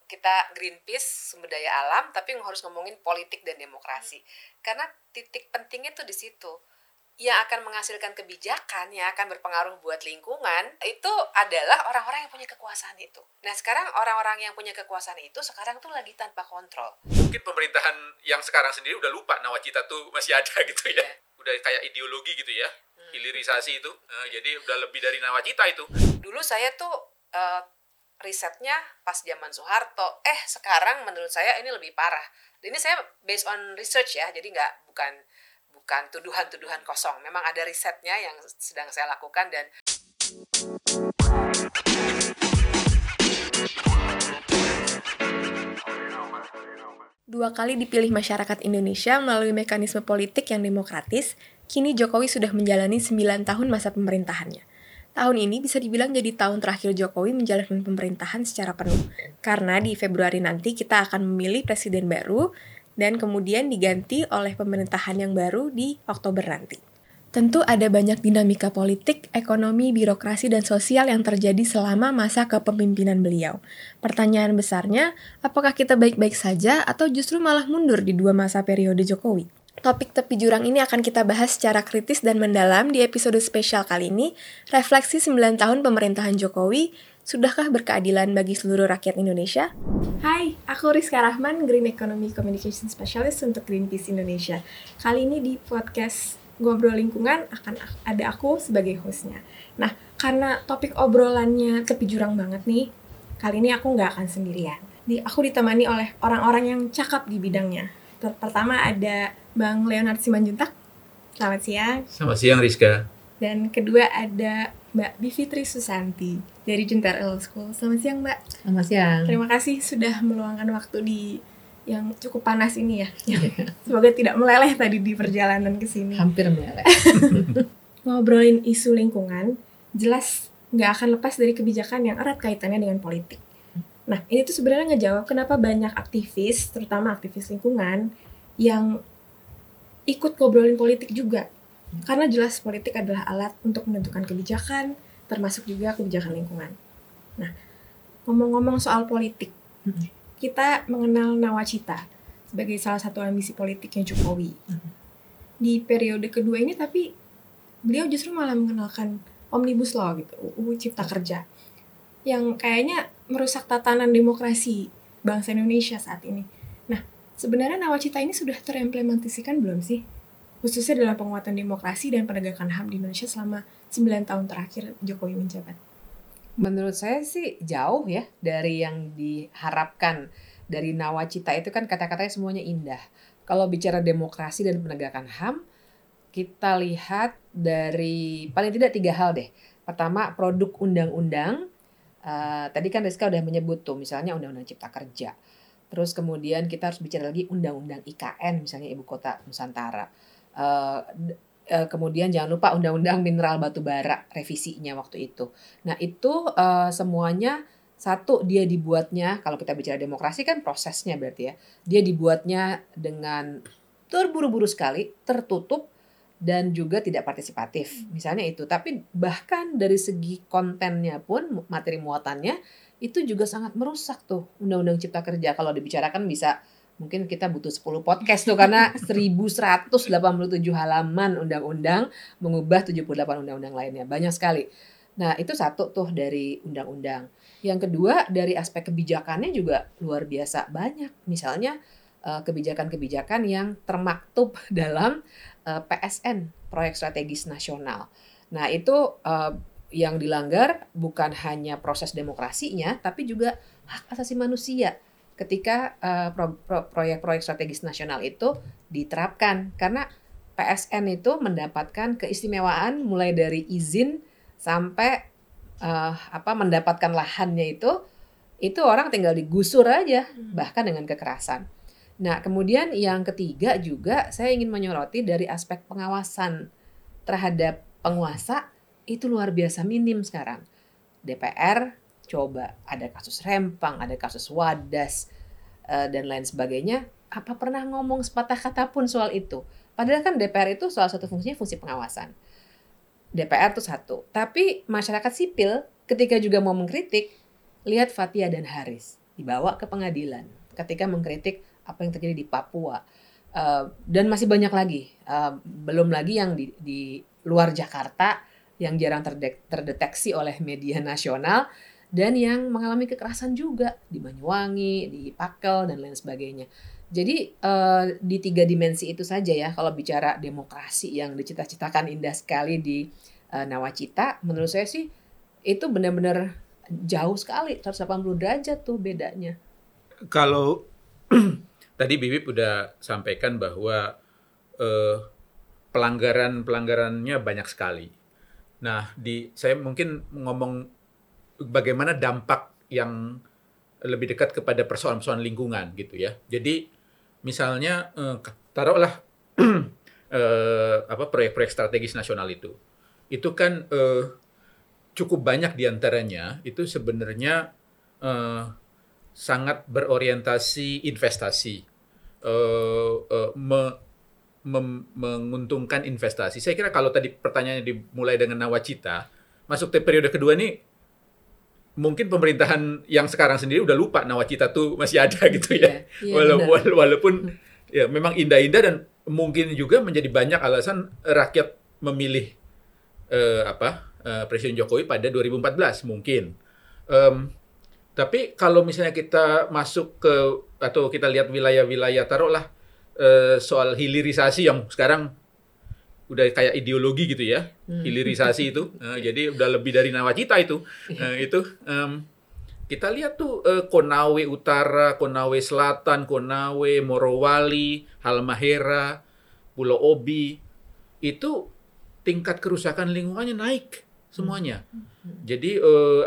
kita Greenpeace sumber daya alam, tapi harus ngomongin politik dan demokrasi. Karena titik pentingnya tuh di situ. Yang akan menghasilkan kebijakan, yang akan berpengaruh buat lingkungan, itu adalah orang-orang yang punya kekuasaan itu. Nah sekarang orang-orang yang punya kekuasaan itu sekarang tuh lagi tanpa kontrol. Mungkin pemerintahan yang sekarang sendiri udah lupa nawacita tuh masih ada gitu ya. Udah kayak ideologi gitu ya, hilirisasi itu. Jadi udah lebih dari nawacita itu. Dulu saya tuh risetnya pas zaman Soeharto, sekarang menurut saya ini lebih parah. Ini saya based on research ya, jadi bukan tuduhan-tuduhan kosong. Memang ada risetnya yang sedang saya lakukan dan Dua kali dipilih masyarakat Indonesia melalui mekanisme politik yang demokratis, kini Jokowi sudah menjalani 9 tahun masa pemerintahannya. Tahun ini bisa dibilang jadi tahun terakhir Jokowi menjalankan pemerintahan secara penuh. Karena di Februari nanti kita akan memilih presiden baru dan kemudian diganti oleh pemerintahan yang baru di Oktober nanti. Tentu ada banyak dinamika politik, ekonomi, birokrasi, dan sosial yang terjadi selama masa kepemimpinan beliau. Pertanyaan besarnya, apakah kita baik-baik saja atau justru malah mundur di 2 masa periode Jokowi? Topik tepi jurang ini akan kita bahas secara kritis dan mendalam di episode spesial kali ini, refleksi 9 tahun pemerintahan Jokowi, sudahkah berkeadilan bagi seluruh rakyat Indonesia? Hai, aku Rizka Rahman, Green Economy Communication Specialist untuk Greenpeace Indonesia. Kali ini di podcast Ngobrol Lingkungan akan ada aku sebagai hostnya. Nah, karena topik obrolannya tepi jurang banget nih, kali ini aku nggak akan sendirian. Aku ditemani oleh orang-orang yang cakap di bidangnya. Pertama ada Bang Leonard Simanjuntak. Selamat siang. Selamat siang Rizka. Dan kedua ada Mbak Bivitri Susanti dari Junter Law School. Selamat siang Mbak. Selamat siang. Terima kasih sudah meluangkan waktu di yang cukup panas ini ya. Semoga tidak meleleh tadi di perjalanan ke sini. Hampir meleleh. Ngobrolin isu lingkungan, jelas nggak akan lepas dari kebijakan yang erat kaitannya dengan politik. Nah, ini tuh sebenarnya ngejawab kenapa banyak aktivis, terutama aktivis lingkungan, yang ikut ngobrolin politik juga. Karena jelas politik adalah alat untuk menentukan kebijakan, termasuk juga kebijakan lingkungan. Nah, ngomong-ngomong soal politik, kita mengenal nawacita sebagai salah satu ambisi politiknya Jokowi. Di periode kedua ini tapi beliau justru malah mengenalkan Omnibus Law gitu, UU Cipta Kerja, yang kayaknya merusak tatanan demokrasi bangsa Indonesia saat ini. Nah, sebenarnya nawacita ini sudah terimplementasikan belum sih? Khususnya dalam penguatan demokrasi dan penegakan HAM di Indonesia selama 9 tahun terakhir Jokowi menjabat. Menurut saya sih jauh ya dari yang diharapkan. Dari nawacita itu kan kata-katanya semuanya indah. Kalau bicara demokrasi dan penegakan HAM, kita lihat dari paling tidak 3 hal deh. Pertama, produk undang-undang. Tadi kan Rizka udah menyebut tuh, misalnya Undang-Undang Cipta Kerja. Terus kemudian kita harus bicara lagi Undang-Undang IKN, misalnya Ibu Kota Nusantara. Kemudian jangan lupa Undang-Undang Mineral Batubara, revisinya waktu itu. Nah itu semuanya, satu, dia dibuatnya, kalau kita bicara demokrasi kan prosesnya berarti ya, dia dibuatnya dengan terburu-buru sekali, tertutup, dan juga tidak partisipatif, misalnya itu. Tapi bahkan dari segi kontennya pun, materi muatannya, itu juga sangat merusak tuh Undang-Undang Cipta Kerja. Kalau dibicarakan bisa, mungkin kita butuh 10 podcast tuh, karena 1187 halaman undang-undang mengubah 78 undang-undang lainnya. Banyak sekali. Nah itu satu tuh dari undang-undang. Yang kedua dari aspek kebijakannya juga luar biasa banyak. Misalnya kebijakan-kebijakan yang termaktub dalam PSN, Proyek Strategis Nasional. Nah itu yang dilanggar bukan hanya proses demokrasinya, tapi juga hak asasi manusia ketika proyek-proyek strategis nasional itu diterapkan. Karena PSN itu mendapatkan keistimewaan mulai dari izin sampai mendapatkan lahannya itu orang tinggal digusur aja, bahkan dengan kekerasan. Nah, kemudian yang ketiga juga saya ingin menyoroti dari aspek pengawasan terhadap penguasa itu luar biasa minim sekarang. DPR coba ada kasus Rempang, ada kasus Wadas, dan lain sebagainya. Apa pernah ngomong sepatah kata pun soal itu? Padahal kan DPR itu salah satu fungsinya fungsi pengawasan. DPR itu satu. Tapi masyarakat sipil ketika juga mau mengkritik, lihat Fathia dan Haris. dibawa ke pengadilan ketika mengkritik apa yang terjadi di Papua. Dan masih banyak lagi, belum lagi yang di luar Jakarta yang jarang terdeteksi oleh media nasional dan yang mengalami kekerasan juga di Banyuwangi, di Pakel dan lain sebagainya. Jadi di 3 dimensi itu saja ya kalau bicara demokrasi yang dicita-citakan indah sekali di Nawacita, menurut saya sih itu benar-benar jauh sekali, 180 derajat tuh bedanya. Kalau tadi Bibip udah sampaikan bahwa pelanggarannya banyak sekali. Nah, saya mungkin ngomong bagaimana dampak yang lebih dekat kepada persoalan-persoalan lingkungan gitu ya. Jadi misalnya taruhlah proyek-proyek strategis nasional itu kan cukup banyak diantaranya itu sebenarnya sangat berorientasi investasi, menguntungkan investasi. Saya kira kalau tadi pertanyaannya dimulai dengan Nawacita, masuk ke periode kedua ini mungkin pemerintahan yang sekarang sendiri udah lupa Nawacita tuh masih ada gitu ya. Walaupun ya memang indah-indah dan mungkin juga menjadi banyak alasan rakyat memilih Presiden Jokowi pada 2014 mungkin. Tapi kalau misalnya kita masuk ke atau kita lihat wilayah-wilayah taruhlah soal hilirisasi yang sekarang udah kayak ideologi gitu ya, hilirisasi itu. Jadi udah lebih dari Nawacita itu. Kita lihat tuh Konawe Utara, Konawe Selatan, Konawe, Morowali, Halmahera, Pulau Obi, itu tingkat kerusakan lingkungannya naik semuanya. Jadi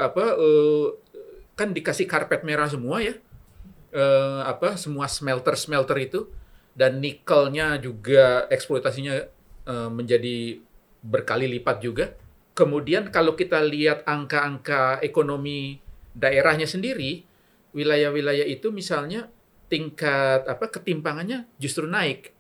kan dikasih karpet merah semua ya, semua smelter itu. Dan nikelnya juga eksploitasinya menjadi berkali lipat juga. Kemudian kalau kita lihat angka-angka ekonomi daerahnya sendiri, wilayah-wilayah itu misalnya tingkat ketimpangannya justru naik.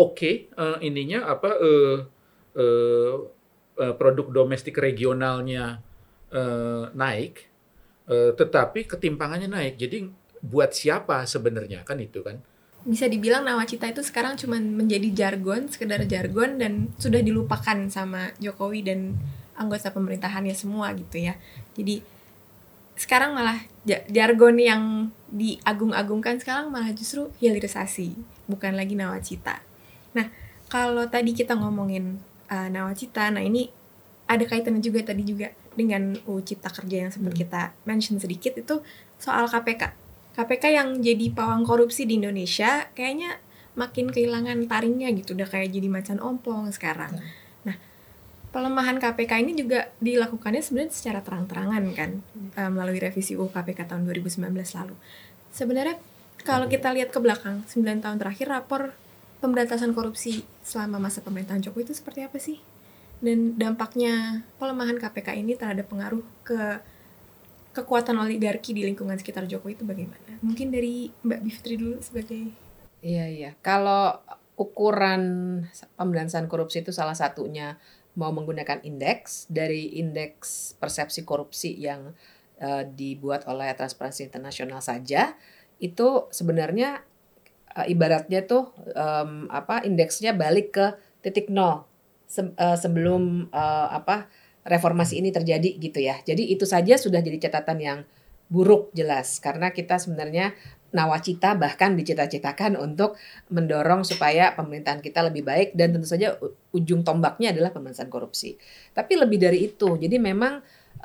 Produk domestik regionalnya naik, tetapi ketimpangannya naik. Jadi buat siapa sebenarnya kan itu kan? Bisa dibilang Nawacita itu sekarang cuma menjadi jargon, sekedar jargon dan sudah dilupakan sama Jokowi dan anggota pemerintahannya semua gitu ya. Jadi sekarang malah jargon yang diagung-agungkan sekarang malah justru hilirisasi, bukan lagi Nawacita. Nah, kalau tadi kita ngomongin Nawacita, nah ini ada kaitannya juga tadi juga dengan UU Cipta Kerja yang sempat kita mention sedikit, itu soal KPK. KPK yang jadi pawang korupsi di Indonesia kayaknya makin kehilangan taringnya gitu, udah kayak jadi macan ompong sekarang. Nah, pelemahan KPK ini juga dilakukannya sebenarnya secara terang-terangan kan, melalui revisi UU KPK tahun 2019 lalu. Sebenarnya kalau kita lihat ke belakang 9 tahun terakhir, rapor pemberantasan korupsi selama masa pemerintahan Jokowi itu seperti apa sih? Dan dampaknya pelemahan KPK ini terhadap pengaruh ke kekuatan oligarki di lingkungan sekitar Jokowi itu bagaimana? Mungkin dari Mbak Bivitri dulu sebagai... Iya. Kalau ukuran pemberantasan korupsi itu salah satunya mau menggunakan indeks, dari indeks persepsi korupsi yang dibuat oleh Transparansi Internasional saja, itu sebenarnya ibaratnya tuh indeksnya balik ke titik nol sebelum reformasi ini terjadi gitu ya. Jadi itu saja sudah jadi catatan yang buruk jelas, karena kita sebenarnya Nawacita bahkan dicita-citakan untuk mendorong supaya pemerintahan kita lebih baik, dan tentu saja ujung tombaknya adalah pemberantasan korupsi. Tapi lebih dari itu, jadi memang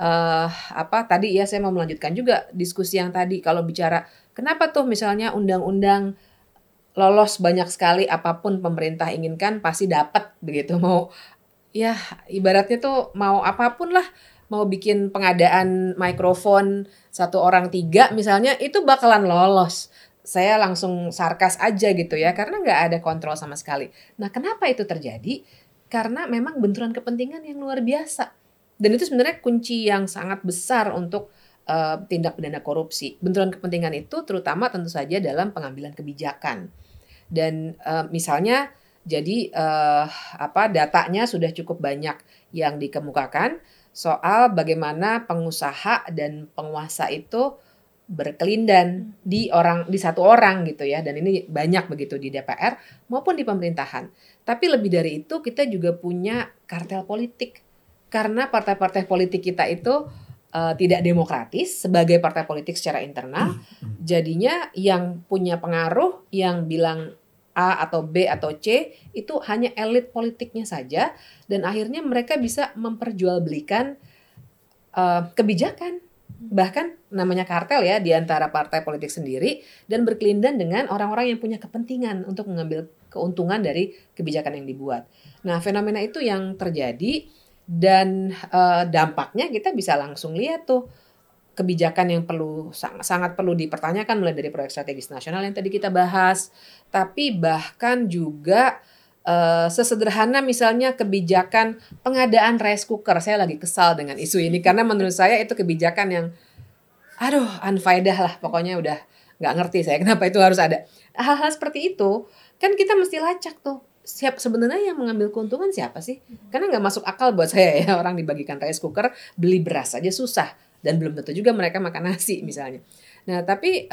tadi ya saya mau melanjutkan juga diskusi yang tadi, kalau bicara kenapa tuh misalnya undang-undang lolos banyak sekali, apapun pemerintah inginkan pasti dapat begitu, mau ya ibaratnya tuh mau apapun lah, mau bikin pengadaan mikrofon 1 orang 3 misalnya, itu bakalan lolos. Saya langsung sarkas aja gitu ya, karena nggak ada kontrol sama sekali. Nah, kenapa itu terjadi? Karena memang benturan kepentingan yang luar biasa. Dan itu sebenarnya kunci yang sangat besar untuk tindak pidana korupsi. Benturan kepentingan itu terutama tentu saja dalam pengambilan kebijakan. Dan misalnya jadi datanya sudah cukup banyak yang dikemukakan soal bagaimana pengusaha dan penguasa itu berkelindan di satu orang gitu ya, dan ini banyak begitu di DPR maupun di pemerintahan. Tapi lebih dari itu kita juga punya kartel politik, karena partai-partai politik kita itu tidak demokratis sebagai partai politik secara internal. Jadinya yang punya pengaruh, yang bilang A atau B atau C itu hanya elit politiknya saja, dan akhirnya mereka bisa memperjualbelikan kebijakan, bahkan namanya kartel ya, di antara partai politik sendiri, dan berkelindan dengan orang-orang yang punya kepentingan untuk mengambil keuntungan dari kebijakan yang dibuat. Nah, fenomena itu yang terjadi, dan dampaknya kita bisa langsung lihat tuh, kebijakan yang sangat perlu dipertanyakan, mulai dari proyek strategis nasional yang tadi kita bahas, tapi bahkan juga sesederhana misalnya kebijakan pengadaan rice cooker. Saya lagi kesal dengan isu ini karena menurut saya itu kebijakan yang unfaedah lah, pokoknya udah nggak ngerti saya kenapa itu harus ada. Hal-hal seperti itu kan kita mesti lacak tuh, sebenarnya yang mengambil keuntungan siapa sih? Karena nggak masuk akal buat saya ya, orang dibagikan rice cooker, beli beras aja susah, dan belum tentu juga mereka makan nasi misalnya. Nah, tapi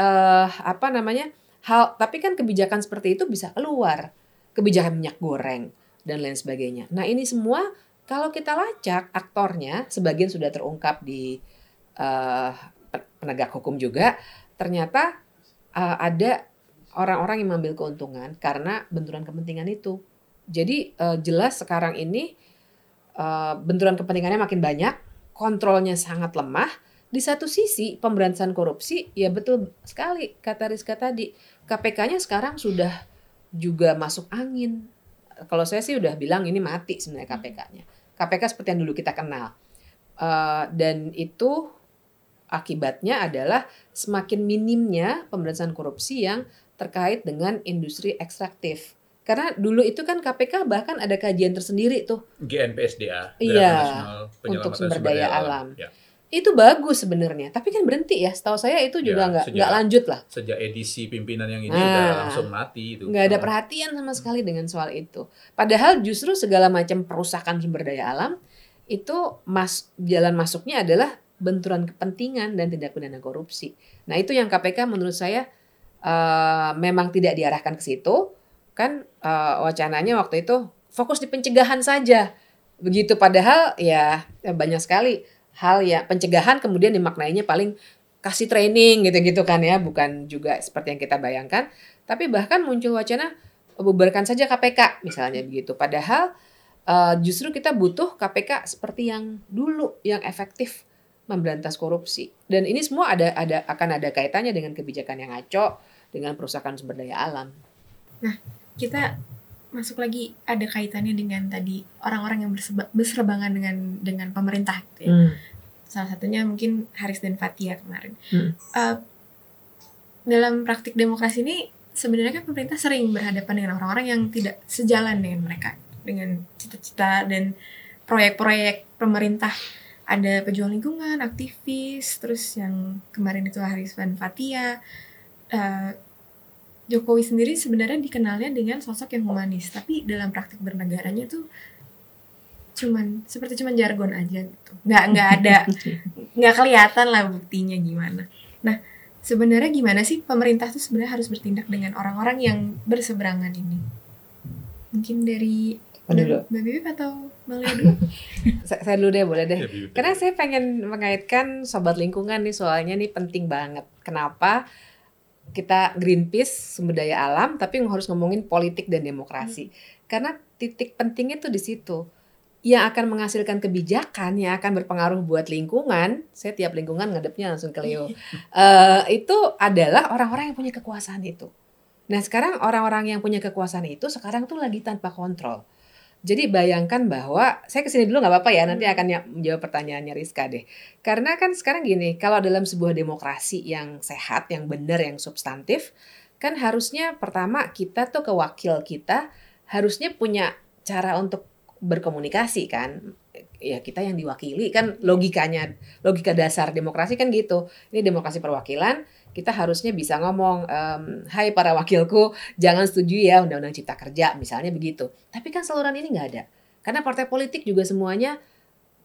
tapi kan kebijakan seperti itu bisa keluar, kebijakan minyak goreng dan lain sebagainya. Nah, ini semua kalau kita lacak aktornya, sebagian sudah terungkap di penegak hukum juga, ternyata ada orang-orang yang mengambil keuntungan karena benturan kepentingan itu. Jadi jelas sekarang ini benturan kepentingannya makin banyak, kontrolnya sangat lemah. Di satu sisi pemberantasan korupsi, ya betul sekali kata Rizka tadi, KPK-nya sekarang sudah juga masuk angin. Kalau saya sih udah bilang ini mati sebenarnya KPK-nya. KPK seperti yang dulu kita kenal. Dan itu akibatnya adalah semakin minimnya pemberantasan korupsi yang terkait dengan industri ekstraktif. Karena dulu itu kan KPK bahkan ada kajian tersendiri tuh. GNPSDA, iya, Nasional Penyelamatan untuk sumber daya alam. Ya. Itu bagus sebenarnya, tapi kan berhenti ya. Setahu saya itu juga nggak lanjut lah. Sejak edisi pimpinan yang ini udah langsung mati itu. Nggak ada perhatian sama sekali dengan soal itu. Padahal justru segala macam perusakan sumber daya alam itu jalan masuknya adalah benturan kepentingan dan tindak pidana korupsi. Nah, itu yang KPK menurut saya memang tidak diarahkan ke situ. Kan wacananya waktu itu fokus di pencegahan saja. Begitu, padahal ya banyak sekali hal ya, pencegahan kemudian dimaknainya paling kasih training gitu-gitu kan ya, bukan juga seperti yang kita bayangkan. Tapi bahkan muncul wacana bubarkan saja KPK misalnya begitu. Padahal justru kita butuh KPK seperti yang dulu, yang efektif memberantas korupsi. Dan ini semua akan ada kaitannya dengan kebijakan yang ngaco, dengan perusahaan sumber daya alam. Nah, kita masuk lagi, ada kaitannya dengan tadi orang-orang yang berserbangan dengan pemerintah gitu ya. Salah satunya mungkin Haris dan Fathia kemarin. Dalam praktik demokrasi ini sebenarnya kan pemerintah sering berhadapan dengan orang-orang yang tidak sejalan dengan mereka, dengan cita-cita dan proyek-proyek pemerintah. Ada pejuang lingkungan, aktivis, terus yang kemarin itu Haris dan Fathia. Jokowi sendiri sebenarnya dikenalnya dengan sosok yang humanis, tapi dalam praktik bernegaranya tuh cuman jargon aja gitu. Nggak kelihatan lah buktinya gimana. Nah, sebenarnya gimana sih pemerintah tuh sebenarnya harus bertindak dengan orang-orang yang berseberangan ini? Mungkin dari Mbak Bibip atau Bang Leo dulu? Saya dulu deh, boleh deh. Karena saya pengen mengaitkan sobat lingkungan nih, soalnya nih penting banget. Kenapa kita Greenpeace sumber daya alam, tapi harus ngomongin politik dan demokrasi. Karena titik pentingnya tuh di situ. Yang akan menghasilkan kebijakan yang akan berpengaruh buat lingkungan, saya tiap lingkungan ngadepnya langsung ke Leo, itu adalah orang-orang yang punya kekuasaan itu. Nah, sekarang orang-orang yang punya kekuasaan itu sekarang tuh lagi tanpa kontrol. Jadi bayangkan bahwa, saya kesini dulu nggak apa-apa ya, nanti akan menjawab pertanyaannya Rizka deh. Karena kan sekarang gini, kalau dalam sebuah demokrasi yang sehat, yang benar, yang substantif, kan harusnya pertama kita tuh ke wakil kita harusnya punya cara untuk berkomunikasi kan. Ya kita yang diwakili kan, logika dasar demokrasi kan gitu. Ini demokrasi perwakilan, kita harusnya bisa ngomong, hai para wakilku, jangan setuju ya Undang-Undang Cipta Kerja, misalnya begitu. Tapi kan saluran ini nggak ada. Karena partai politik juga semuanya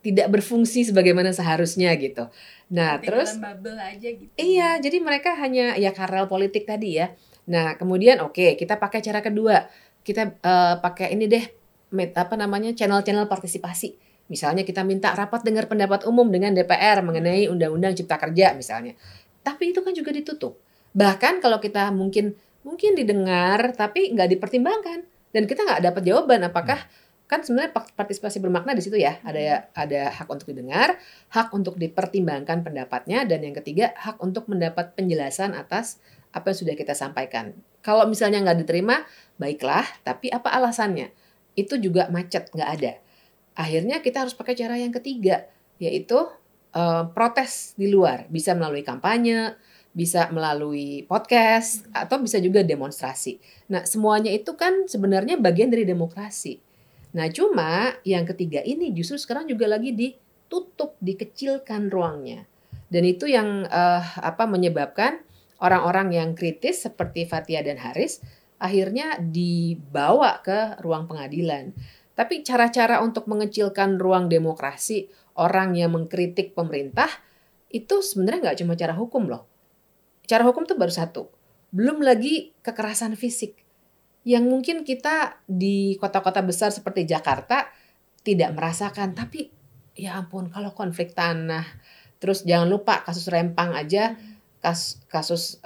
tidak berfungsi sebagaimana seharusnya gitu. Nah, Seperti terus dalam bubble aja gitu. iya, jadi mereka hanya ya karel politik tadi ya. Nah, kemudian oke, kita pakai cara kedua. Kita pakai ini deh, channel-channel partisipasi. Misalnya kita minta rapat dengar pendapat umum dengan DPR mengenai Undang-Undang Cipta Kerja misalnya. Tapi itu kan juga ditutup. Bahkan kalau kita mungkin didengar tapi nggak dipertimbangkan dan kita nggak dapat jawaban apakah kan sebenarnya partisipasi bermakna di situ ya. Ada hak untuk didengar, hak untuk dipertimbangkan pendapatnya, dan yang ketiga hak untuk mendapat penjelasan atas apa yang sudah kita sampaikan. Kalau misalnya nggak diterima, baiklah, tapi apa alasannya? Itu juga macet, nggak ada. Akhirnya kita harus pakai cara yang ketiga, yaitu protes di luar. Bisa melalui kampanye, bisa melalui podcast, atau bisa juga demonstrasi. Nah, semuanya itu kan sebenarnya bagian dari demokrasi. Nah, cuma yang ketiga ini justru sekarang juga lagi ditutup, dikecilkan ruangnya. Dan itu yang menyebabkan orang-orang yang kritis seperti Fathia dan Haris akhirnya dibawa ke ruang pengadilan. Tapi cara-cara untuk mengecilkan ruang demokrasi, orang yang mengkritik pemerintah, itu sebenarnya nggak cuma cara hukum loh. Cara hukum tuh baru satu. Belum lagi kekerasan fisik. Yang mungkin kita di kota-kota besar seperti Jakarta tidak merasakan. Tapi ya ampun, kalau konflik tanah, terus jangan lupa kasus Rempang aja, kasus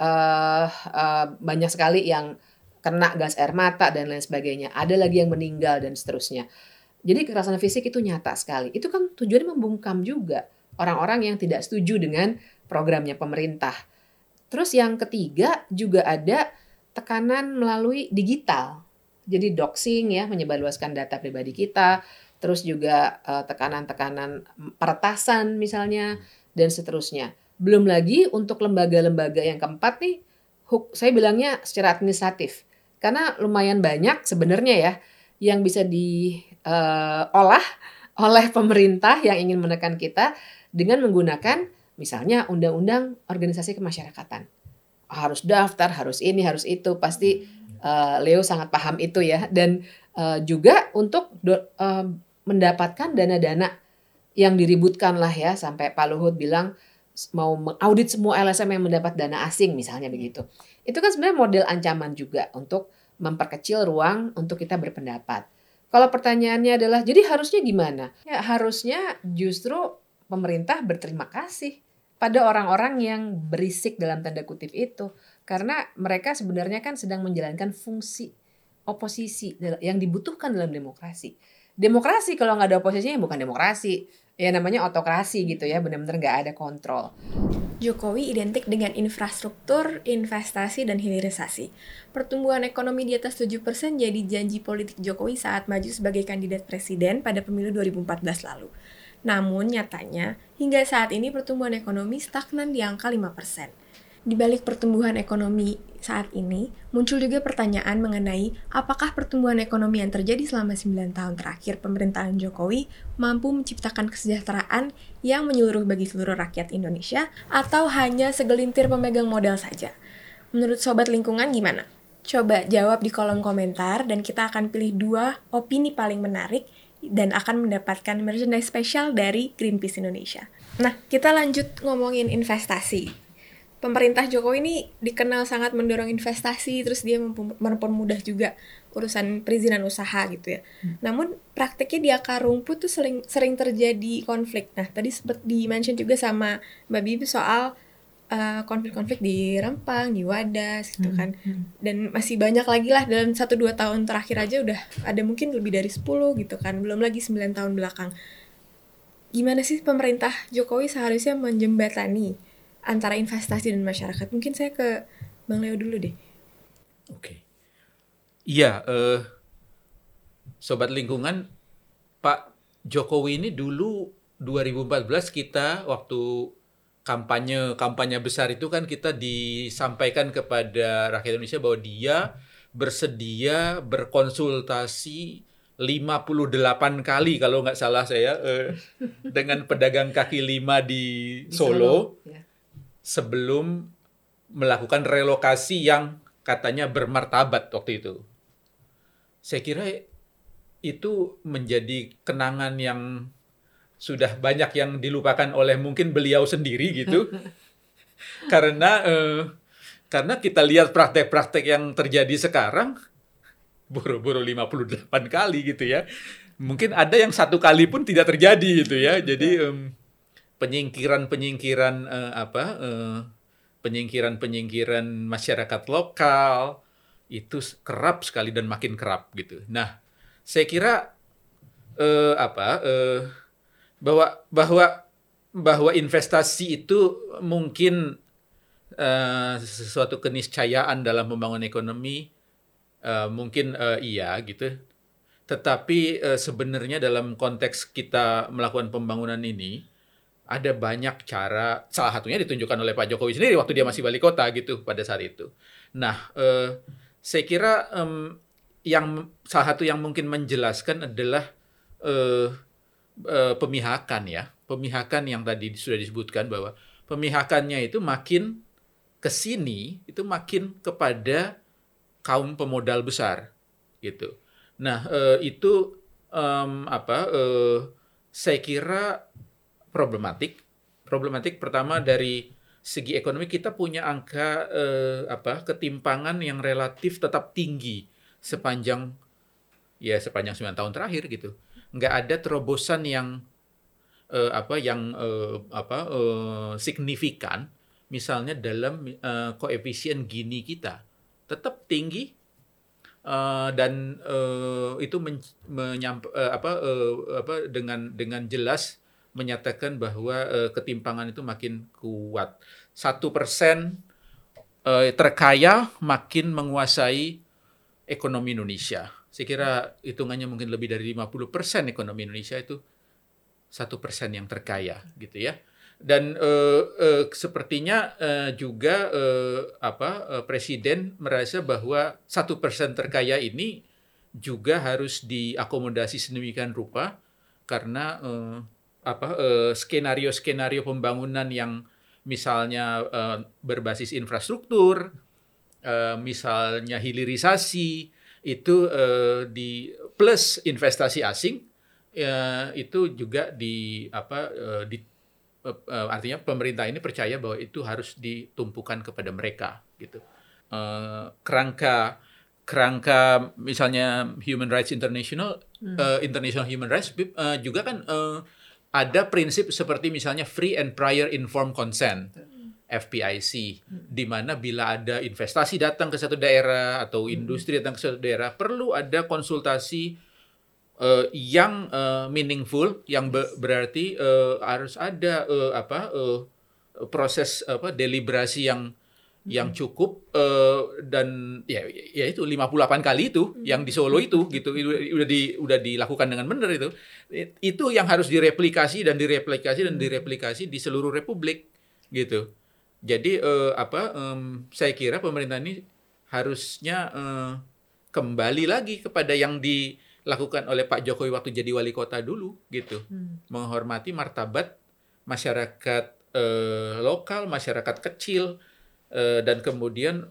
banyak sekali yang kena gas air mata dan lain sebagainya. Ada lagi yang meninggal dan seterusnya. Jadi kekerasan fisik itu nyata sekali. Itu kan tujuannya membungkam juga orang-orang yang tidak setuju dengan programnya pemerintah. Terus yang ketiga juga ada tekanan melalui digital. Jadi doxing ya, menyebarluaskan data pribadi kita. Terus juga tekanan-tekanan peretasan misalnya dan seterusnya. Belum lagi untuk lembaga-lembaga yang keempat nih, saya bilangnya secara administratif. Karena lumayan banyak sebenarnya ya yang bisa diolah oleh pemerintah yang ingin menekan kita dengan menggunakan misalnya undang-undang organisasi kemasyarakatan. Harus daftar, harus ini, harus itu. Pasti Leo sangat paham itu ya. Dan juga untuk mendapatkan dana-dana yang diributkan lah ya. Sampai Pak Luhut bilang mau mengaudit semua LSM yang mendapat dana asing misalnya begitu. Itu kan sebenarnya model ancaman juga untuk memperkecil ruang untuk kita berpendapat. Kalau pertanyaannya adalah, jadi harusnya gimana? Ya harusnya justru pemerintah berterima kasih pada orang-orang yang berisik dalam tanda kutip itu. Karena mereka sebenarnya kan sedang menjalankan fungsi oposisi yang dibutuhkan dalam demokrasi. Demokrasi kalau nggak ada oposisinya bukan demokrasi. Ya namanya otokrasi gitu ya, benar-benar nggak ada kontrol. Jokowi identik dengan infrastruktur, investasi, dan hilirisasi. Pertumbuhan ekonomi di atas 7% jadi janji politik Jokowi saat maju sebagai kandidat presiden pada pemilu 2014 lalu. Namun nyatanya, hingga saat ini pertumbuhan ekonomi stagnan di angka 5%. Di balik pertumbuhan ekonomi saat ini, muncul juga pertanyaan mengenai apakah pertumbuhan ekonomi yang terjadi selama 9 tahun terakhir pemerintahan Jokowi mampu menciptakan kesejahteraan yang menyeluruh bagi seluruh rakyat Indonesia atau hanya segelintir pemegang modal saja. Menurut Sobat Lingkungan gimana? Coba jawab di kolom komentar dan kita akan pilih 2 opini paling menarik dan akan mendapatkan merchandise spesial dari Greenpeace Indonesia. Nah, kita lanjut ngomongin investasi. Pemerintah Jokowi ini dikenal sangat mendorong investasi, terus dia mempermudah juga urusan perizinan usaha gitu ya. Namun praktiknya di akar rumput tuh sering terjadi konflik. Nah, tadi sempat di-mention juga sama Mbak Bibi soal konflik-konflik di Rempang, di Wadas gitu kan. Dan masih banyak lagi lah dalam 1-2 tahun terakhir aja udah ada mungkin lebih dari 10 gitu kan. Belum lagi 9 tahun belakang. Gimana sih pemerintah Jokowi seharusnya menjembatani antara investasi dan masyarakat? Mungkin saya ke Bang Leo dulu deh. Oke. Iya, Sobat Lingkungan, Pak Jokowi ini dulu 2014 kita waktu kampanye besar itu kan kita disampaikan kepada rakyat Indonesia bahwa dia bersedia berkonsultasi 58 kali kalau nggak salah saya dengan pedagang kaki lima di Solo ya. Sebelum melakukan relokasi yang katanya bermartabat waktu itu. Saya kira itu menjadi kenangan yang sudah banyak yang dilupakan oleh mungkin beliau sendiri gitu. Karena kita lihat praktek-praktek yang terjadi sekarang boro-boro 58 kali gitu ya. Mungkin ada yang 1 kali pun tidak terjadi gitu ya. Jadi penyingkiran masyarakat lokal itu kerap sekali dan makin kerap gitu. Nah, saya kira bahwa investasi itu mungkin sesuatu keniscayaan dalam membangun ekonomi, mungkin iya gitu. Tetapi sebenarnya dalam konteks kita melakukan pembangunan ini ada banyak cara, salah satunya ditunjukkan oleh Pak Jokowi sendiri waktu dia masih wali kota gitu pada saat itu. Nah, saya kira salah satu yang mungkin menjelaskan adalah pemihakan ya. Pemihakan yang tadi sudah disebutkan bahwa pemihakannya itu makin kesini itu makin kepada kaum pemodal besar gitu. Nah, itu saya kira problematik pertama dari segi ekonomi kita punya angka ketimpangan yang relatif tetap tinggi sepanjang 9 tahun terakhir gitu. Nggak ada terobosan yang signifikan misalnya dalam koefisien Gini kita tetap tinggi dan itu dengan jelas menyatakan bahwa ketimpangan itu makin kuat. 1% terkaya makin menguasai ekonomi Indonesia. Saya kira hitungannya mungkin lebih dari 50% ekonomi Indonesia itu 1% yang terkaya gitu ya. Dan sepertinya juga Presiden merasa bahwa 1% terkaya ini juga harus diakomodasi sedemikian rupa karena skenario-skenario pembangunan yang misalnya berbasis infrastruktur, misalnya hilirisasi itu di plus investasi asing itu juga artinya pemerintah ini percaya bahwa itu harus ditumpukan kepada mereka gitu. Kerangka misalnya Human Rights International, International Human Rights juga kan ada prinsip seperti misalnya Free and Prior Informed Consent, FPIC, di mana bila ada investasi datang ke satu daerah atau industri datang ke satu daerah perlu ada konsultasi yang meaningful, yang berarti harus ada proses deliberasi yang cukup dan ya itu 58 kali itu yang di Solo itu gitu udah dilakukan dengan benar itu yang harus direplikasi di seluruh republik gitu. Jadi saya kira pemerintah ini harusnya kembali lagi kepada yang dilakukan oleh Pak Jokowi waktu jadi wali kota dulu gitu. Menghormati martabat masyarakat lokal, masyarakat kecil, dan kemudian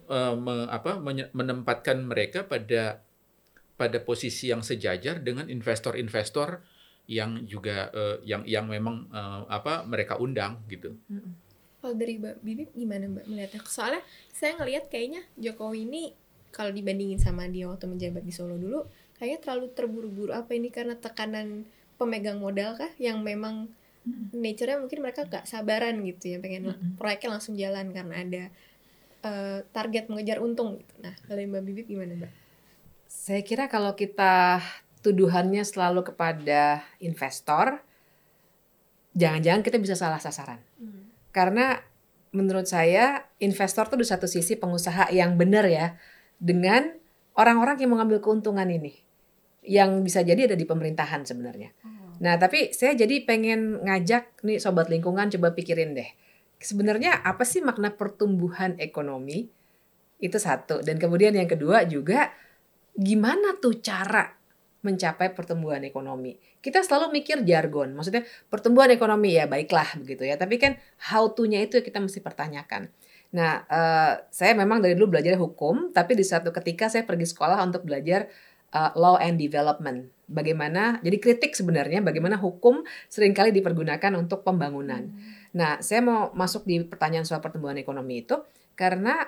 menempatkan mereka pada posisi yang sejajar dengan investor-investor yang juga yang memang mereka undang gitu. Kalau dari Mbak Bibip gimana Mbak melihatnya? Soalnya saya ngelihat kayaknya Jokowi ini kalau dibandingin sama dia waktu menjabat di Solo dulu kayaknya terlalu terburu-buru. Apa ini karena tekanan pemegang modal kah yang memang nature-nya mungkin mereka gak sabaran gitu ya, pengen proyeknya langsung jalan karena ada target mengejar untung gitu. Nah, kalau Mbak Bibip gimana Mbak? Saya kira kalau kita tuduhannya selalu kepada investor, jangan-jangan kita bisa salah sasaran. Karena menurut saya investor tuh di satu sisi pengusaha yang benar ya, dengan orang-orang yang mengambil keuntungan ini, yang bisa jadi ada di pemerintahan sebenarnya. Nah, tapi saya jadi pengen ngajak nih Sobat Lingkungan coba pikirin deh. Sebenarnya apa sih makna pertumbuhan ekonomi? Itu satu. Dan kemudian yang kedua juga, gimana tuh cara mencapai pertumbuhan ekonomi? Kita selalu mikir jargon. Maksudnya pertumbuhan ekonomi ya baiklah begitu ya. Tapi kan how to-nya itu kita mesti pertanyakan. Nah, saya memang dari dulu belajar hukum. Tapi di satu ketika saya pergi sekolah untuk belajar law and development. bagaimana, jadi kritik sebenarnya bagaimana hukum seringkali dipergunakan untuk pembangunan. Nah, saya mau masuk di pertanyaan soal pertumbuhan ekonomi itu karena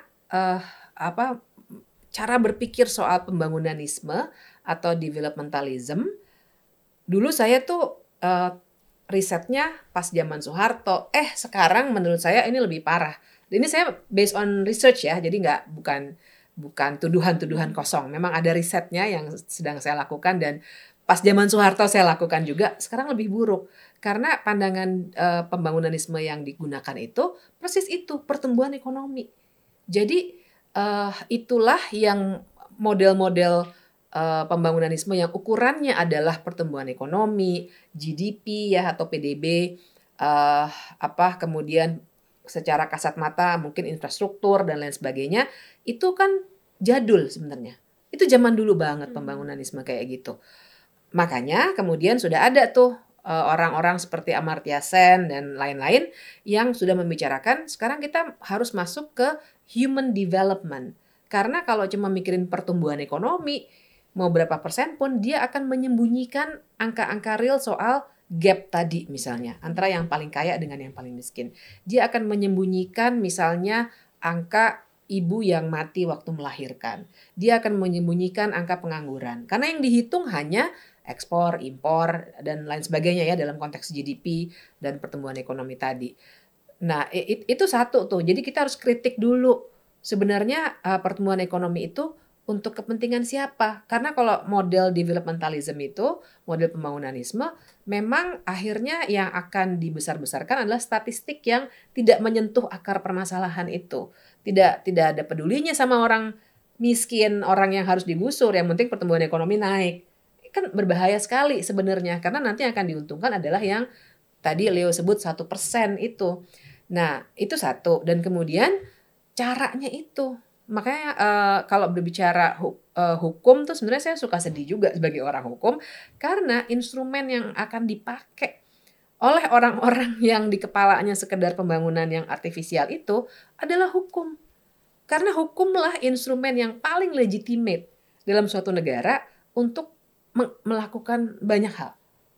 cara berpikir soal pembangunanisme atau developmentalism. Dulu saya tuh risetnya pas zaman Soeharto. Sekarang menurut saya ini lebih parah. Ini saya based on research ya, jadi bukan tuduhan-tuduhan kosong. Memang ada risetnya yang sedang saya lakukan dan pas zaman Soeharto saya lakukan juga. Sekarang lebih buruk karena pandangan pembangunanisme yang digunakan itu persis itu, pertumbuhan ekonomi. Jadi itulah yang model-model pembangunanisme yang ukurannya adalah pertumbuhan ekonomi, GDP ya atau PDB, kemudian secara kasat mata mungkin infrastruktur dan lain sebagainya, itu kan jadul sebenarnya. Itu zaman dulu banget pembangunanisme kayak gitu. Makanya kemudian sudah ada tuh orang-orang seperti Amartya Sen dan lain-lain yang sudah membicarakan sekarang kita harus masuk ke human development. Karena kalau cuma mikirin pertumbuhan ekonomi, mau berapa persen pun dia akan menyembunyikan angka-angka real soal gap tadi misalnya, antara yang paling kaya dengan yang paling miskin. Dia akan menyembunyikan misalnya angka ibu yang mati waktu melahirkan. Dia akan menyembunyikan angka pengangguran. Karena yang dihitung hanya ekspor, impor, dan lain sebagainya ya dalam konteks GDP dan pertumbuhan ekonomi tadi. Nah, itu satu tuh. Jadi kita harus kritik dulu. Sebenarnya pertumbuhan ekonomi itu untuk kepentingan siapa? Karena kalau model developmentalism itu, model pembangunanisme, memang akhirnya yang akan dibesar-besarkan adalah statistik yang tidak menyentuh akar permasalahan itu. Tidak ada pedulinya sama orang miskin, orang yang harus digusur, yang penting pertumbuhan ekonomi naik. Kan berbahaya sekali sebenarnya, karena nanti yang akan diuntungkan adalah yang tadi Leo sebut 1% itu. Nah, itu satu. Dan kemudian caranya itu. Makanya kalau berbicara hukum tuh sebenarnya saya suka sedih juga sebagai orang hukum karena instrumen yang akan dipakai oleh orang-orang yang di kepalanya sekedar pembangunan yang artifisial itu adalah hukum. Karena hukumlah instrumen yang paling legitimate dalam suatu negara untuk melakukan banyak hal.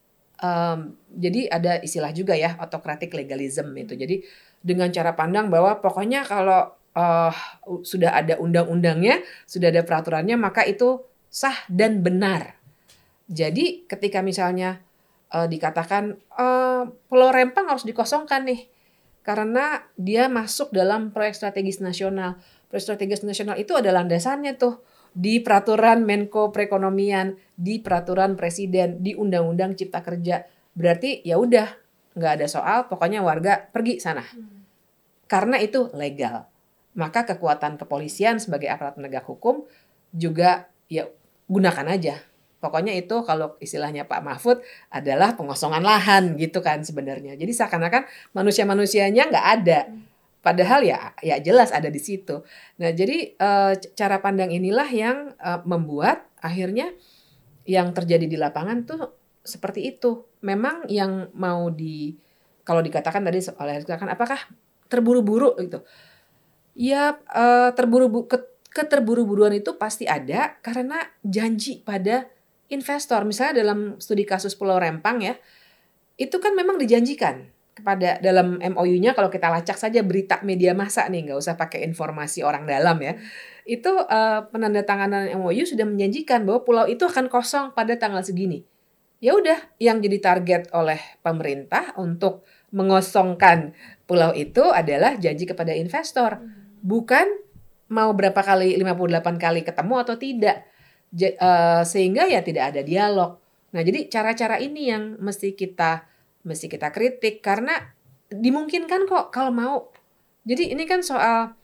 Jadi ada istilah juga ya, autocratic legalism itu. Jadi dengan cara pandang bahwa pokoknya kalau sudah ada undang-undangnya, sudah ada peraturannya, maka itu sah dan benar. Jadi ketika misalnya dikatakan Pulau Rempang harus dikosongkan nih, karena dia masuk dalam proyek strategis nasional. Proyek strategis nasional itu ada landasannya tuh di peraturan Menko Perekonomian, di peraturan Presiden, di Undang-Undang Cipta Kerja. Berarti ya udah nggak ada soal, pokoknya warga pergi sana. Karena itu legal. Maka kekuatan kepolisian sebagai aparat penegak hukum juga ya gunakan aja. Pokoknya itu kalau istilahnya Pak Mahfud adalah pengosongan lahan gitu kan sebenarnya. Jadi seakan-akan manusia-manusianya nggak ada. Padahal ya jelas ada di situ. Nah jadi cara pandang inilah yang membuat akhirnya yang terjadi di lapangan tuh seperti itu. Memang yang mau kalau dikatakan tadi oleh apakah terburu-buru gitu. Ya keterburu-buruan itu pasti ada karena janji pada investor. Misalnya dalam studi kasus Pulau Rempang ya, itu kan memang dijanjikan kepada dalam MOU-nya, kalau kita lacak saja berita media massa nih, nggak usah pakai informasi orang dalam ya. Itu penandatanganan MOU sudah menjanjikan bahwa pulau itu akan kosong pada tanggal segini. Ya udah, yang jadi target oleh pemerintah untuk mengosongkan pulau itu adalah janji kepada investor. Bukan mau berapa kali, 58 kali ketemu atau tidak. Sehingga ya tidak ada dialog. Nah, jadi cara-cara ini yang mesti kita kritik karena dimungkinkan kok kalau mau. Jadi ini kan soal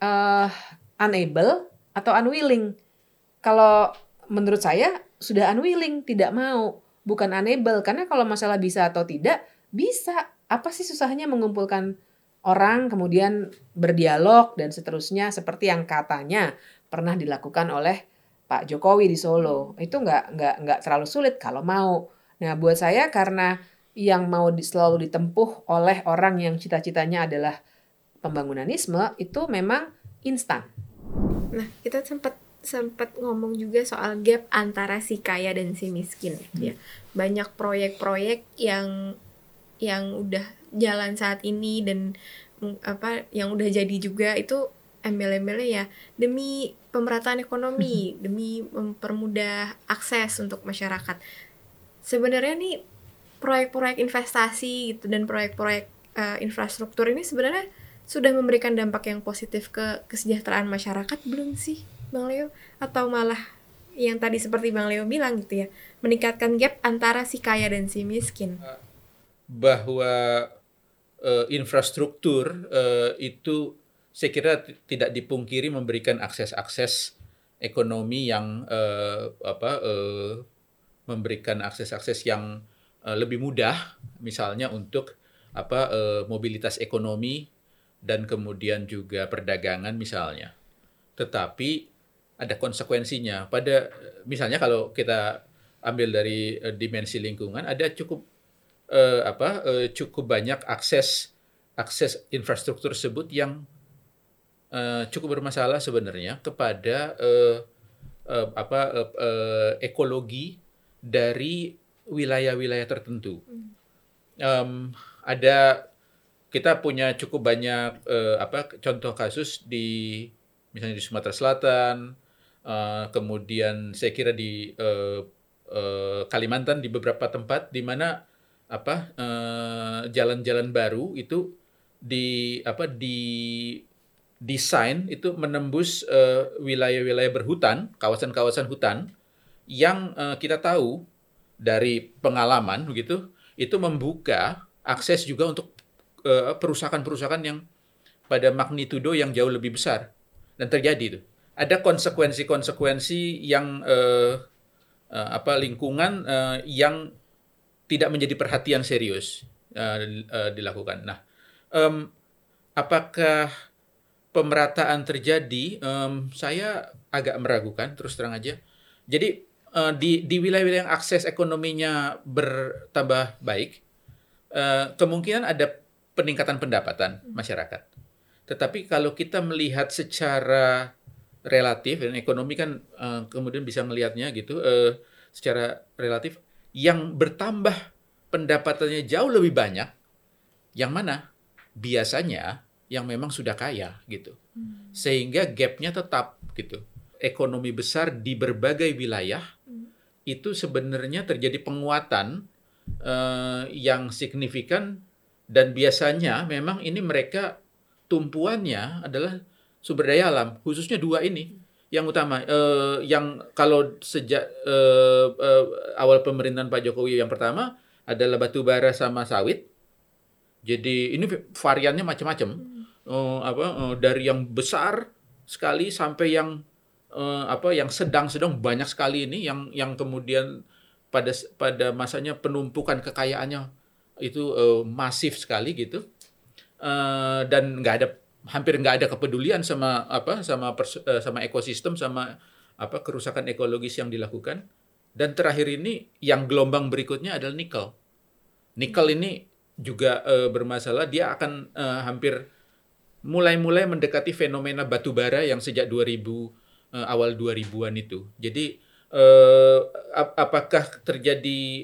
unable atau unwilling. Kalau menurut saya sudah unwilling, tidak mau, bukan unable. Karena kalau masalah bisa atau tidak, bisa. Apa sih susahnya mengumpulkan orang kemudian berdialog dan seterusnya seperti yang katanya pernah dilakukan oleh Pak Jokowi di Solo. Itu nggak terlalu sulit kalau mau. Nah, buat saya karena yang mau selalu ditempuh oleh orang yang cita-citanya adalah pembangunanisme itu memang instan. Nah, kita sempat sempat ngomong juga soal gap antara si kaya dan si miskin ya. Banyak proyek-proyek yang udah jalan saat ini dan yang udah jadi juga itu embel-embelnya ya demi pemerataan ekonomi, demi mempermudah akses untuk masyarakat. Sebenarnya nih proyek-proyek investasi gitu dan proyek-proyek infrastruktur ini sebenarnya sudah memberikan dampak yang positif ke kesejahteraan masyarakat belum sih, Bang Leo? Atau malah yang tadi seperti Bang Leo bilang gitu ya, meningkatkan gap antara si kaya dan si miskin? Bahwa infrastruktur itu saya kira tidak dipungkiri memberikan akses-akses ekonomi yang memberikan akses-akses yang lebih mudah, misalnya untuk mobilitas ekonomi dan kemudian juga perdagangan misalnya. Tetapi ada konsekuensinya. Misalnya kalau kita ambil dari dimensi lingkungan, ada cukup banyak akses infrastruktur tersebut yang cukup bermasalah sebenarnya kepada ekologi dari wilayah-wilayah tertentu. Kita punya cukup banyak contoh kasus misalnya di Sumatera Selatan, kemudian saya kira di Kalimantan, di beberapa tempat di mana jalan-jalan baru itu desain itu menembus wilayah-wilayah berhutan, kawasan-kawasan hutan yang kita tahu dari pengalaman begitu, itu membuka akses juga untuk perusakan-perusakan yang pada magnitudo yang jauh lebih besar, dan terjadi itu. Ada konsekuensi-konsekuensi yang lingkungan yang tidak menjadi perhatian serius dilakukan. Nah, apakah pemerataan terjadi? Saya agak meragukan, terus terang aja. Jadi di wilayah-wilayah yang akses ekonominya bertambah baik, kemungkinan ada peningkatan pendapatan masyarakat. Tetapi kalau kita melihat secara relatif, dan ekonomi kan kemudian bisa melihatnya gitu, secara relatif, yang bertambah pendapatannya jauh lebih banyak, yang mana biasanya yang memang sudah kaya gitu. Sehingga gapnya tetap gitu. Ekonomi besar di berbagai wilayah itu sebenarnya terjadi penguatan yang signifikan, dan biasanya memang ini mereka tumpuannya adalah sumber daya alam, khususnya dua ini yang utama, yang kalau sejak awal pemerintahan Pak Jokowi yang pertama adalah batu bara sama sawit. Jadi ini variannya macam-macam, dari yang besar sekali sampai yang yang sedang banyak sekali ini, yang kemudian pada masanya penumpukan kekayaannya itu masif sekali gitu, dan hampir nggak ada kepedulian sama ekosistem, sama kerusakan ekologis yang dilakukan. Dan terakhir ini yang gelombang berikutnya adalah nikel. Nikel ini juga bermasalah. Dia akan hampir mulai mendekati fenomena batu bara yang sejak awal 2000-an itu. Jadi apakah terjadi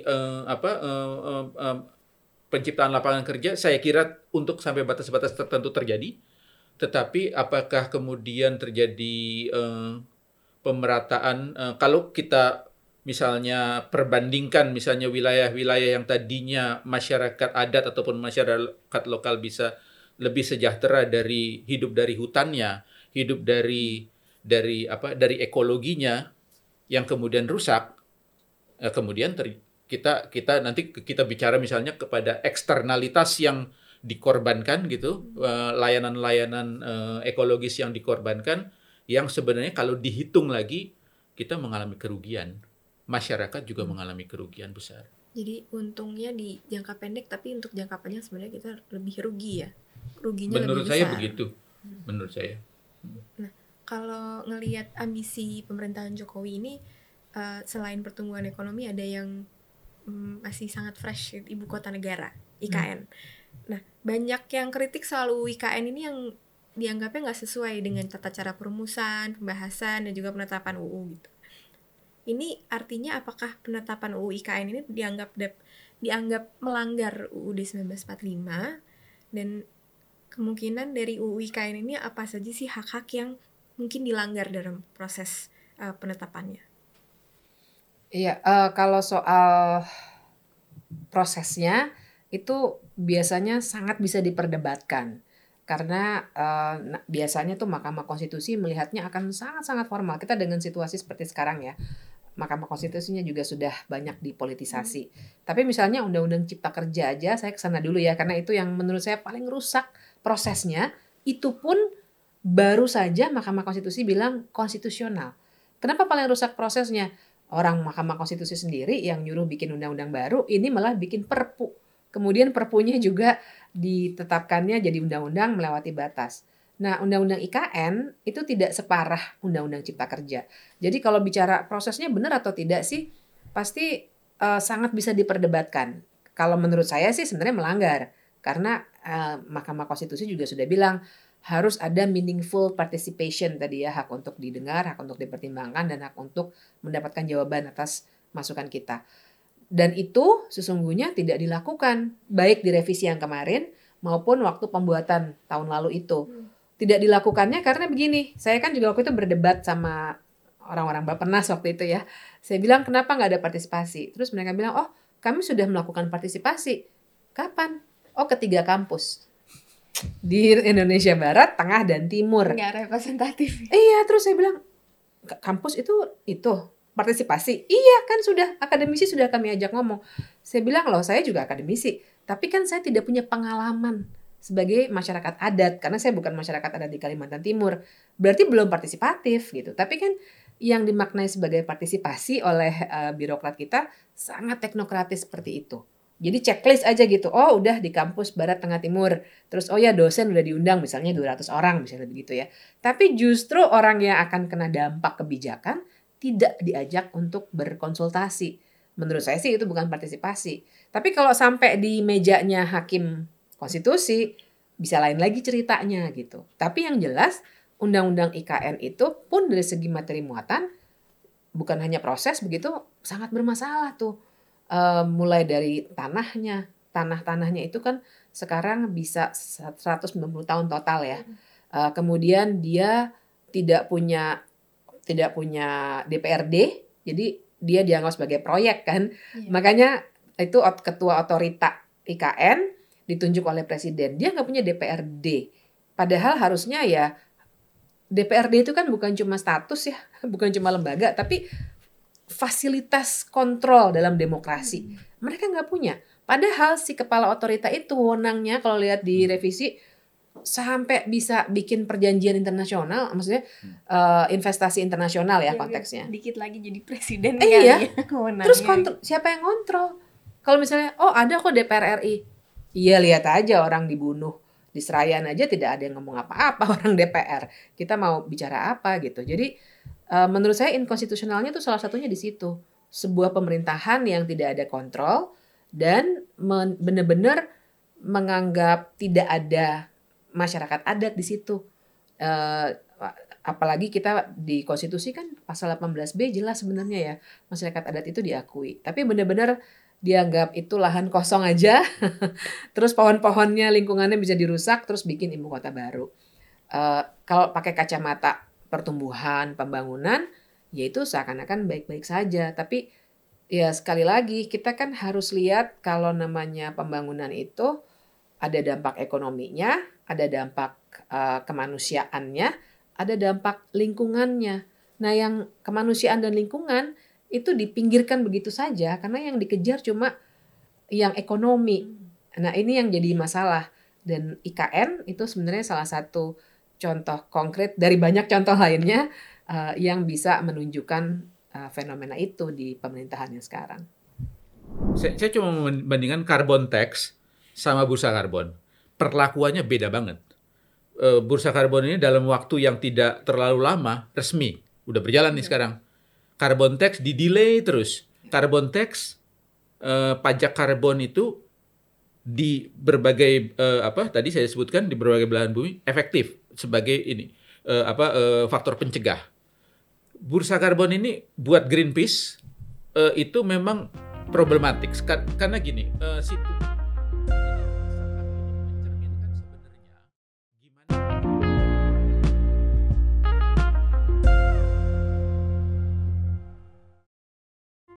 penciptaan lapangan kerja? Saya kira untuk sampai batas-batas tertentu terjadi. Tetapi apakah kemudian terjadi pemerataan? Kalau kita misalnya perbandingkan misalnya wilayah-wilayah yang tadinya masyarakat adat ataupun masyarakat lokal bisa lebih sejahtera hidup dari hutannya, hidup dari ekologinya yang kemudian rusak, kemudian kita nanti bicara misalnya kepada eksternalitas yang dikorbankan gitu, layanan-layanan ekologis yang dikorbankan, yang sebenarnya kalau dihitung lagi kita mengalami kerugian, masyarakat juga mengalami kerugian besar. Jadi untungnya di jangka pendek, tapi untuk jangka panjang sebenarnya kita lebih rugi ya, ruginya menurut lebih saya besar. Begitu, menurut saya. Nah, kalau ngelihat ambisi pemerintahan Jokowi ini, selain pertumbuhan ekonomi ada yang masih sangat fresh, ibu kota negara, IKN. Nah, banyak yang kritik selalu IKN ini yang dianggapnya nggak sesuai dengan tata cara perumusan, pembahasan, dan juga penetapan UU gitu. Ini artinya apakah penetapan UU IKN ini dianggap melanggar UUD 1945, dan kemungkinan dari UU IKN ini apa saja sih hak-hak yang mungkin dilanggar dalam proses penetapannya? Iya, kalau soal prosesnya itu biasanya sangat bisa diperdebatkan karena biasanya tuh Mahkamah Konstitusi melihatnya akan sangat-sangat formal. Kita dengan situasi seperti sekarang ya, Mahkamah Konstitusinya juga sudah banyak dipolitisasi. Tapi misalnya Undang-Undang Cipta Kerja aja, saya kesana dulu ya, karena itu yang menurut saya paling rusak prosesnya. Itu pun baru saja Mahkamah Konstitusi bilang konstitusional. Kenapa paling rusak prosesnya? Orang Mahkamah Konstitusi sendiri yang nyuruh bikin undang-undang baru, ini malah bikin perpu. Kemudian perpunya juga ditetapkannya jadi undang-undang melewati batas. Nah, Undang-Undang IKN itu tidak separah Undang-Undang Cipta Kerja. Jadi kalau bicara prosesnya benar atau tidak sih, pasti sangat bisa diperdebatkan. Kalau menurut saya sih sebenarnya melanggar. Karena Mahkamah Konstitusi juga sudah bilang harus ada meaningful participation tadi ya, hak untuk didengar, hak untuk dipertimbangkan, dan hak untuk mendapatkan jawaban atas masukan kita. Dan itu sesungguhnya tidak dilakukan, baik di revisi yang kemarin maupun waktu pembuatan tahun lalu itu. Tidak dilakukannya karena begini, saya kan juga waktu itu berdebat sama orang-orang Bappenas waktu itu ya. Saya bilang kenapa nggak ada partisipasi? Terus mereka bilang, oh kami sudah melakukan partisipasi. Kapan? Oh, ke 3 kampus. Di Indonesia Barat, Tengah, dan Timur. Nggak representatif. Iya, terus saya bilang, kampus itu partisipasi? Iya, kan sudah, akademisi sudah kami ajak ngomong. Saya bilang, loh saya juga akademisi, tapi kan saya tidak punya pengalaman sebagai masyarakat adat, karena saya bukan masyarakat adat di Kalimantan Timur. Berarti belum partisipatif gitu. Tapi kan yang dimaknai sebagai partisipasi oleh birokrat kita sangat teknokratis seperti itu. Jadi checklist aja gitu. Oh, udah di kampus Barat Tengah Timur. Terus oh ya dosen udah diundang misalnya 200 orang misalnya begitu ya. Tapi justru orang yang akan kena dampak kebijakan tidak diajak untuk berkonsultasi. Menurut saya sih itu bukan partisipasi. Tapi kalau sampai di mejanya hakim konstitusi bisa lain lagi ceritanya gitu. Tapi yang jelas Undang-Undang IKN itu pun dari segi materi muatan bukan hanya proses begitu sangat bermasalah tuh. Mulai dari tanahnya itu kan sekarang bisa 190 tahun total ya. Kemudian dia tidak punya DPRD, jadi dia dianggap sebagai proyek kan. Makanya itu ketua otorita IKN ditunjuk oleh presiden. Dia nggak punya DPRD. Padahal harusnya ya DPRD itu kan bukan cuma status ya, bukan cuma lembaga, tapi fasilitas kontrol dalam demokrasi. Mereka nggak punya. Padahal si kepala otorita itu wewenangnya kalau lihat di revisi sampai bisa bikin perjanjian internasional, maksudnya investasi internasional ya konteksnya. Dikit lagi jadi presiden iya. Ya, terus siapa yang kontrol? Kalau misalnya oh ada kok DPR RI. Iya lihat aja orang dibunuh. Di Serayan aja tidak ada yang ngomong apa-apa orang DPR. Kita mau bicara apa gitu. Jadi menurut saya inkonstitusionalnya itu salah satunya di situ. Sebuah pemerintahan yang tidak ada kontrol dan benar-benar menganggap tidak ada masyarakat adat di situ. Apalagi kita di konstitusi kan pasal 18B jelas sebenarnya ya masyarakat adat itu diakui. Tapi benar-benar dianggap itu lahan kosong aja. Terus pohon-pohonnya lingkungannya bisa dirusak terus bikin ibu kota baru. Kalau pakai kacamata pertumbuhan, pembangunan, yaitu seakan-akan baik-baik saja. Tapi ya sekali lagi kita kan harus lihat kalau namanya pembangunan itu ada dampak ekonominya, ada dampak kemanusiaannya, ada dampak lingkungannya. Nah yang kemanusiaan dan lingkungan itu dipinggirkan begitu saja karena yang dikejar cuma yang ekonomi. Nah ini yang jadi masalah. Dan IKN itu sebenarnya salah satu contoh konkret dari banyak contoh lainnya yang bisa menunjukkan fenomena itu di pemerintahan yang sekarang. Saya cuma membandingkan carbon tax sama bursa karbon. Perlakuannya beda banget. Bursa karbon ini dalam waktu yang tidak terlalu lama resmi. Udah berjalan nih sekarang. Carbon tax di-delay terus. Carbon tax, pajak karbon itu di berbagai tadi saya sebutkan di berbagai belahan bumi efektif sebagai faktor pencegah. Bursa karbon ini buat Greenpeace itu memang problematik karena gini, situ